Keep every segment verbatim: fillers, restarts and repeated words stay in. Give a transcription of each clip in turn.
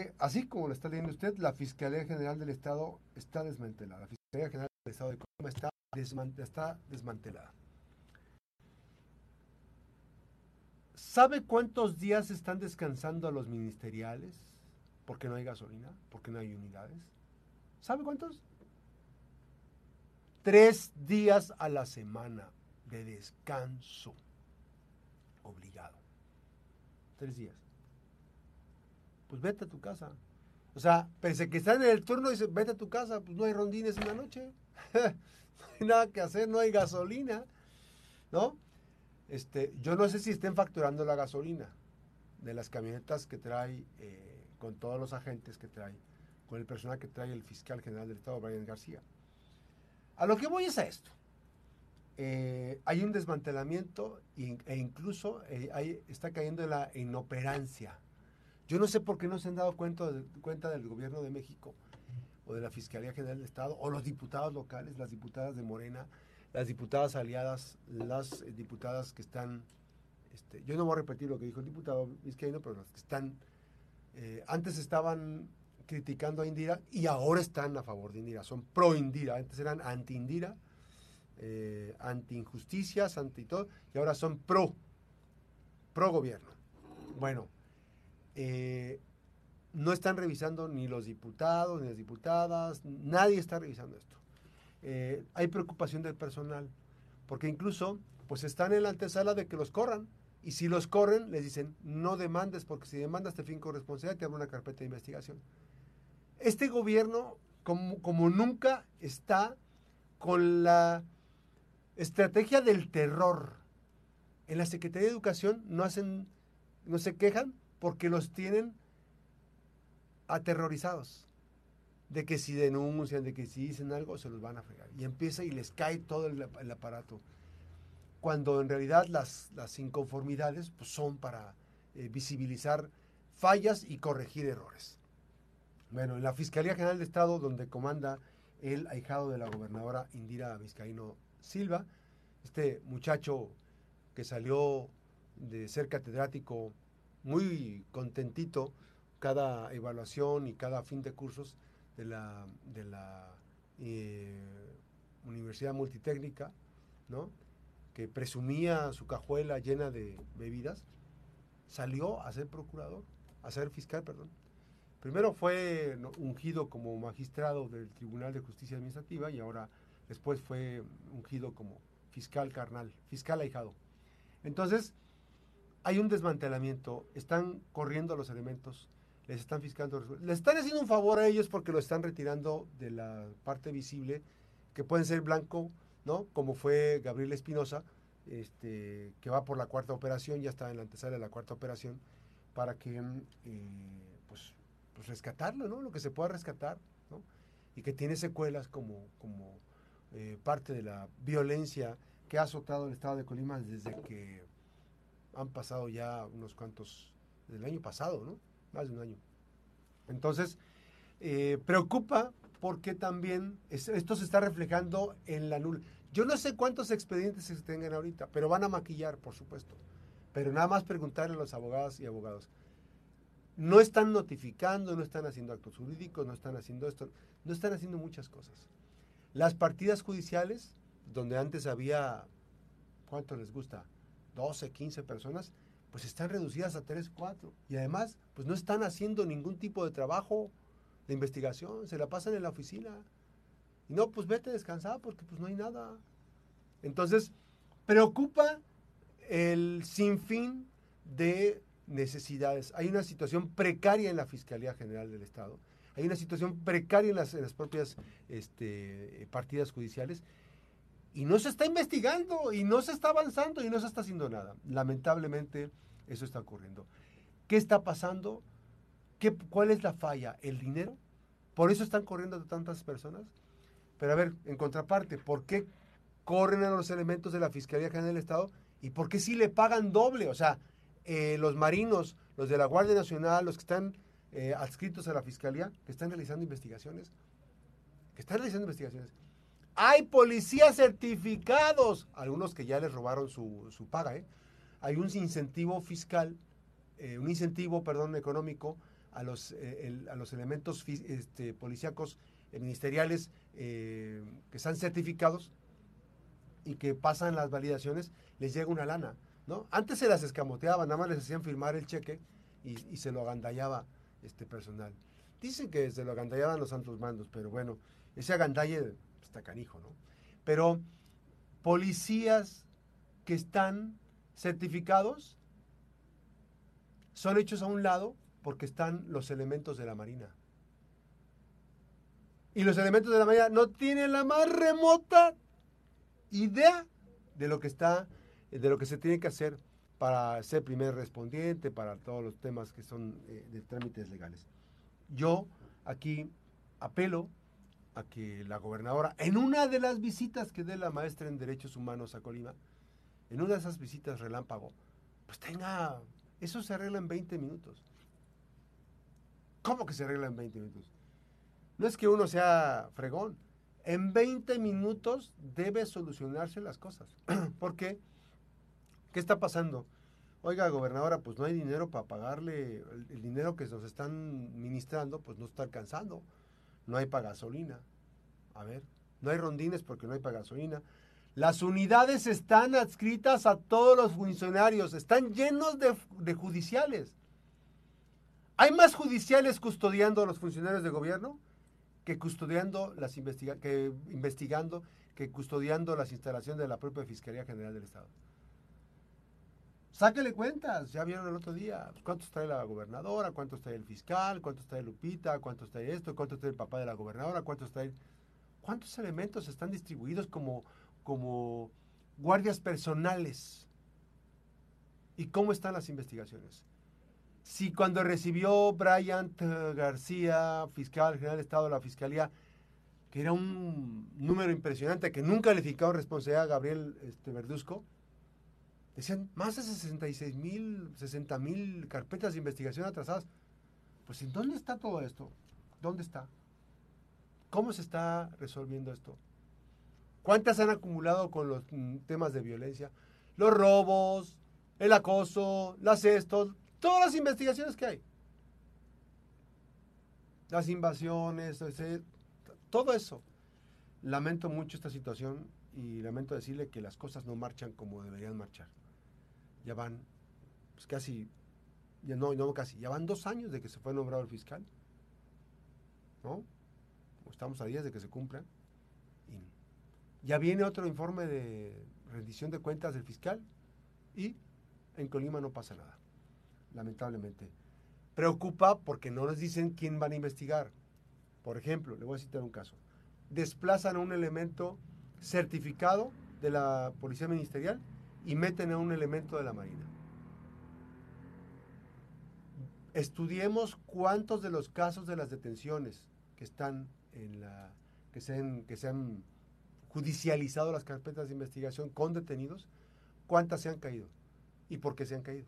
que, así como lo está leyendo usted, la Fiscalía General del Estado está desmantelada. La Fiscalía General del Estado de Colima está, desman- está desmantelada. ¿Sabe cuántos días están descansando a los ministeriales? Porque no hay gasolina, porque no hay unidades. ¿Sabe cuántos? Tres días a la semana de descanso obligado. Tres días. Pues vete a tu casa. O sea, pese que están en el turno y dicen, vete a tu casa, pues no hay rondines en la noche. No hay nada que hacer, no hay gasolina, ¿no? Este, yo no sé si estén facturando la gasolina de las camionetas que trae, eh, con todos los agentes que trae, con el personal que trae el fiscal general del Estado, Brian García. A lo que voy es a esto. Eh, hay un desmantelamiento e incluso eh, hay, está cayendo en la inoperancia. Yo no sé por qué no se han dado cuenta, de, cuenta del gobierno de México o de la Fiscalía General del Estado o los diputados locales, las diputadas de Morena, las diputadas aliadas, las eh, diputadas que están, este, yo no voy a repetir lo que dijo el diputado Vizcaíno, pero las que están, eh, antes estaban criticando a Indira y ahora están a favor de Indira, son pro Indira, antes eran anti Indira, eh, anti injusticias, anti todo, y ahora son pro, pro gobierno. Bueno, eh, no están revisando ni los diputados, ni las diputadas, nadie está revisando esto. Eh, hay preocupación del personal, porque incluso pues están en la antesala de que los corran, y si los corren, les dicen, no demandes, porque si demandas te finco responsabilidad, te abre una carpeta de investigación. Este gobierno, como, como nunca, está con la estrategia del terror. En la Secretaría de Educación no hacen, no se quejan porque los tienen aterrorizados de que si denuncian, de que si dicen algo, se los van a fregar. Y empieza y les cae todo el, el aparato. Cuando en realidad las, las inconformidades pues, son para eh, visibilizar fallas y corregir errores. Bueno, en la Fiscalía General de Estado, donde comanda el ahijado de la gobernadora Indira Vizcaíno Silva, este muchacho que salió de ser catedrático muy contentito cada evaluación y cada fin de cursos de la, de la eh, Universidad Multitécnica, ¿no? Que presumía su cajuela llena de bebidas, salió a ser procurador, a ser fiscal, perdón. Primero fue ungido como magistrado del Tribunal de Justicia Administrativa y ahora después fue ungido como fiscal carnal, fiscal ahijado. Entonces, hay un desmantelamiento, están corriendo los elementos, les están fiscando, les están haciendo un favor a ellos porque lo están retirando de la parte visible, que pueden ser blanco, ¿no? Como fue Gabriel Espinosa, este, que va por la cuarta operación, ya está en la antesala de la cuarta operación, para que, eh, pues, pues rescatarlo, ¿no? Lo que se pueda rescatar, ¿no? Y que tiene secuelas como, como eh, parte de la violencia que ha azotado el estado de Colima desde que han pasado ya unos cuantos, del año pasado, ¿no? Más de un año. Entonces, eh, preocupa porque también es, esto se está reflejando en la nula. Yo no sé cuántos expedientes se tengan ahorita, pero van a maquillar, por supuesto. Pero nada más preguntarle a los abogados y abogados. No están notificando, no están haciendo actos jurídicos, no están haciendo esto, no están haciendo muchas cosas. Las partidas judiciales, donde antes había, ¿cuánto les gusta? doce, quince personas, pues están reducidas a tres, cuatro. Y además, pues no están haciendo ningún tipo de trabajo de investigación, se la pasan en la oficina. Y no, pues vete a descansar porque pues no hay nada. Entonces, preocupa el sinfín de necesidades. Hay una situación precaria en la Fiscalía General del Estado. Hay una situación precaria en las, en las propias este, partidas judiciales. Y no se está investigando, y no se está avanzando, y no se está haciendo nada. Lamentablemente, eso está ocurriendo. ¿Qué está pasando? ¿Qué, ¿Cuál es la falla? ¿El dinero? ¿Por eso están corriendo tantas personas? Pero a ver, en contraparte, ¿por qué corren a los elementos de la Fiscalía General del Estado? ¿Y por qué sí le pagan doble? O sea, eh, los marinos, los de la Guardia Nacional, los que están eh, adscritos a la Fiscalía, que están realizando investigaciones, que están realizando investigaciones. Hay policías certificados, algunos que ya les robaron su, su paga, ¿eh? Hay un incentivo fiscal, eh, un incentivo, perdón, económico a los, eh, el, a los elementos este, policíacos eh, ministeriales eh, que están certificados y que pasan las validaciones, les llega una lana, ¿no? Antes se las escamoteaban, nada más les hacían firmar el cheque y, y se lo agandallaba este personal. Dicen que se lo agandallaban los santos mandos, pero bueno, ese agandalle está canijo, ¿no? Pero policías que están certificados son hechos a un lado porque están los elementos de la Marina. Y los elementos de la Marina no tienen la más remota idea de lo que está, de lo que se tiene que hacer para ser primer respondiente, para todos los temas que son eh, de trámites legales. Yo aquí apelo a que la gobernadora, en una de las visitas que dé la maestra en Derechos Humanos a Colima, en una de esas visitas relámpago, pues tenga, eso se arregla en veinte minutos. ¿Cómo que se arregla en veinte minutos? No es que uno sea fregón. En veinte minutos debe solucionarse las cosas. ¿Por qué? ¿Qué está pasando? Oiga, gobernadora, pues no hay dinero para pagarle, el, el dinero que nos están ministrando, pues no está alcanzando. No hay para gasolina. A ver, no hay rondines porque no hay para gasolina. Las unidades están adscritas a todos los funcionarios, están llenos de, de judiciales. ¿Hay más judiciales custodiando a los funcionarios de gobierno que custodiando las investiga que investigando, que custodiando las instalaciones de la propia Fiscalía General del Estado? Sáquele cuentas, ya vieron el otro día, cuántos trae la gobernadora, cuántos trae el fiscal, cuántos trae Lupita, cuántos trae esto, cuántos trae el papá de la gobernadora, cuántos trae... ¿Cuántos elementos están distribuidos como, como guardias personales? ¿Y cómo están las investigaciones? Si cuando recibió Bryant García, fiscal general de Estado de la Fiscalía, que era un número impresionante, que nunca le fijaron responsabilidad a Gabriel este, Verduzco, decían más de sesenta y seis mil, sesenta mil carpetas de investigación atrasadas. Pues ¿en dónde está todo esto? ¿Dónde está? ¿Cómo se está resolviendo esto? ¿Cuántas han acumulado con los mm, temas de violencia? Los robos, el acoso, las cestos, todas las investigaciones que hay. Las invasiones, todo eso. Lamento mucho esta situación y lamento decirle que las cosas no marchan como deberían marchar. Ya van, pues casi, ya no, no casi, ya van dos años de que se fue nombrado el fiscal, ¿no? Estamos a días de que se cumplan. Y ya viene otro informe de rendición de cuentas del fiscal y en Colima no pasa nada, lamentablemente. Preocupa porque no nos dicen quién van a investigar. Por ejemplo, le voy a citar un caso. Desplazan a un elemento certificado de la Policía Ministerial y meten a un elemento de la Marina. Estudiemos cuántos de los casos de las detenciones que están en la que se han, que se han judicializado las carpetas de investigación con detenidos, cuántas se han caído y por qué se han caído.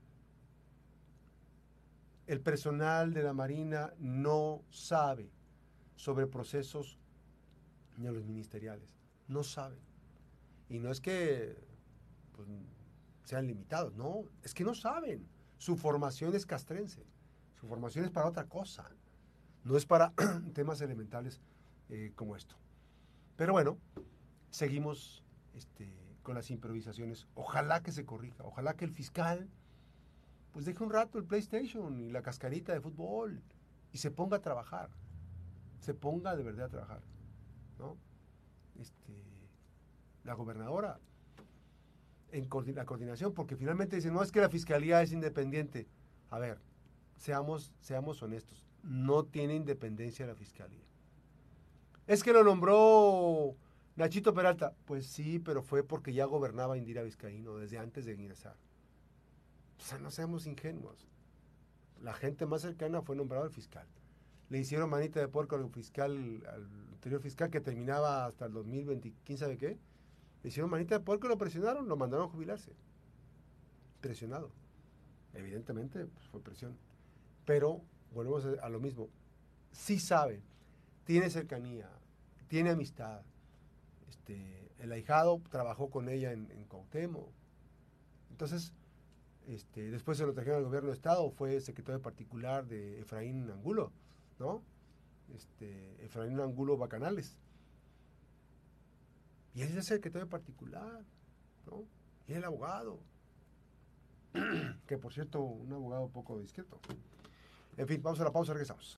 El personal de la Marina no sabe sobre procesos ni a los ministeriales, no saben. Y no es que pues, sean limitados, no, es que no saben. Su formación es castrense, su formación es para otra cosa, no es para temas elementales eh, como esto. Pero bueno, seguimos este, con las improvisaciones. Ojalá que se corrija, ojalá que el fiscal pues deje un rato el PlayStation y la cascarita de fútbol y se ponga a trabajar, se ponga de verdad a trabajar, ¿no? Este, la gobernadora en coordin la coordinación, porque finalmente dicen, no es que la fiscalía es independiente. A ver, seamos, seamos honestos, no tiene independencia la fiscalía. Es que lo nombró Nachito Peralta. Pues sí, pero fue porque ya gobernaba Indira Vizcaíno desde antes de ingresar. O sea, no seamos ingenuos. La gente más cercana fue nombrado el fiscal. Le hicieron manita de puerco al fiscal, al anterior fiscal que terminaba hasta el dos mil veinte, ¿quién sabe qué? Le hicieron manita de puerco y lo presionaron, lo mandaron a jubilarse. Presionado. Evidentemente, pues, fue presión. Pero, volvemos a, a lo mismo. Sí sabe, tiene cercanía, tiene amistad. Este, el ahijado trabajó con ella en, en Cuauhtémoc. Entonces, Este, después se lo trajeron al gobierno de Estado, fue secretario particular de Efraín Angulo, ¿no? Este, Efraín Angulo Bacanales. Y él es secretario particular, ¿no? Y el abogado. Que por cierto, un abogado poco discreto. En fin, vamos a la pausa, regresamos.